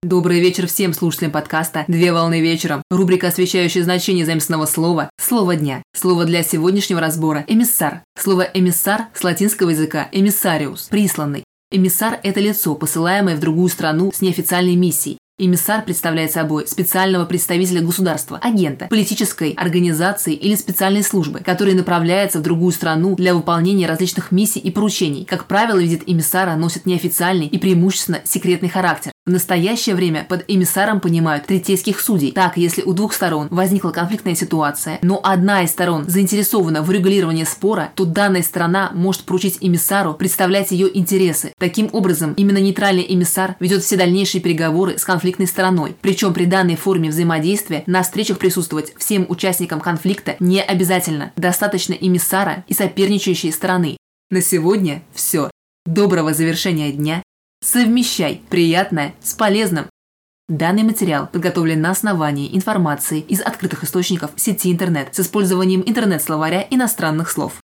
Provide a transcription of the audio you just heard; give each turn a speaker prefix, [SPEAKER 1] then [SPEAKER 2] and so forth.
[SPEAKER 1] Добрый вечер всем слушателям подкаста «Две волны вечером». Рубрика, освещающая значение заместного слова «Слово дня». Слово для сегодняшнего разбора – «эмиссар». Слово «эмиссар» с латинского языка «эмиссариус» – «присланный». Эмиссар – это лицо, посылаемое в другую страну с неофициальной миссией. Эмиссар представляет собой специального представителя государства, агента, политической организации или специальной службы, который направляется в другую страну для выполнения различных миссий и поручений. Как правило, визит эмиссара носит неофициальный и преимущественно секретный характер. В настоящее время под эмиссаром понимают третейских судей. Так, если у двух сторон возникла конфликтная ситуация, но одна из сторон заинтересована в урегулировании спора, то данная сторона может поручить эмиссару представлять ее интересы. Таким образом, именно нейтральный эмиссар ведет все дальнейшие переговоры с конфликтной стороной. Причем при данной форме взаимодействия на встречах присутствовать всем участникам конфликта не обязательно. Достаточно эмиссара и соперничающей стороны. На сегодня все. Доброго завершения дня. Совмещай приятное с полезным. Данный материал подготовлен на основании информации из открытых источников сети интернет с использованием интернет-словаря иностранных слов.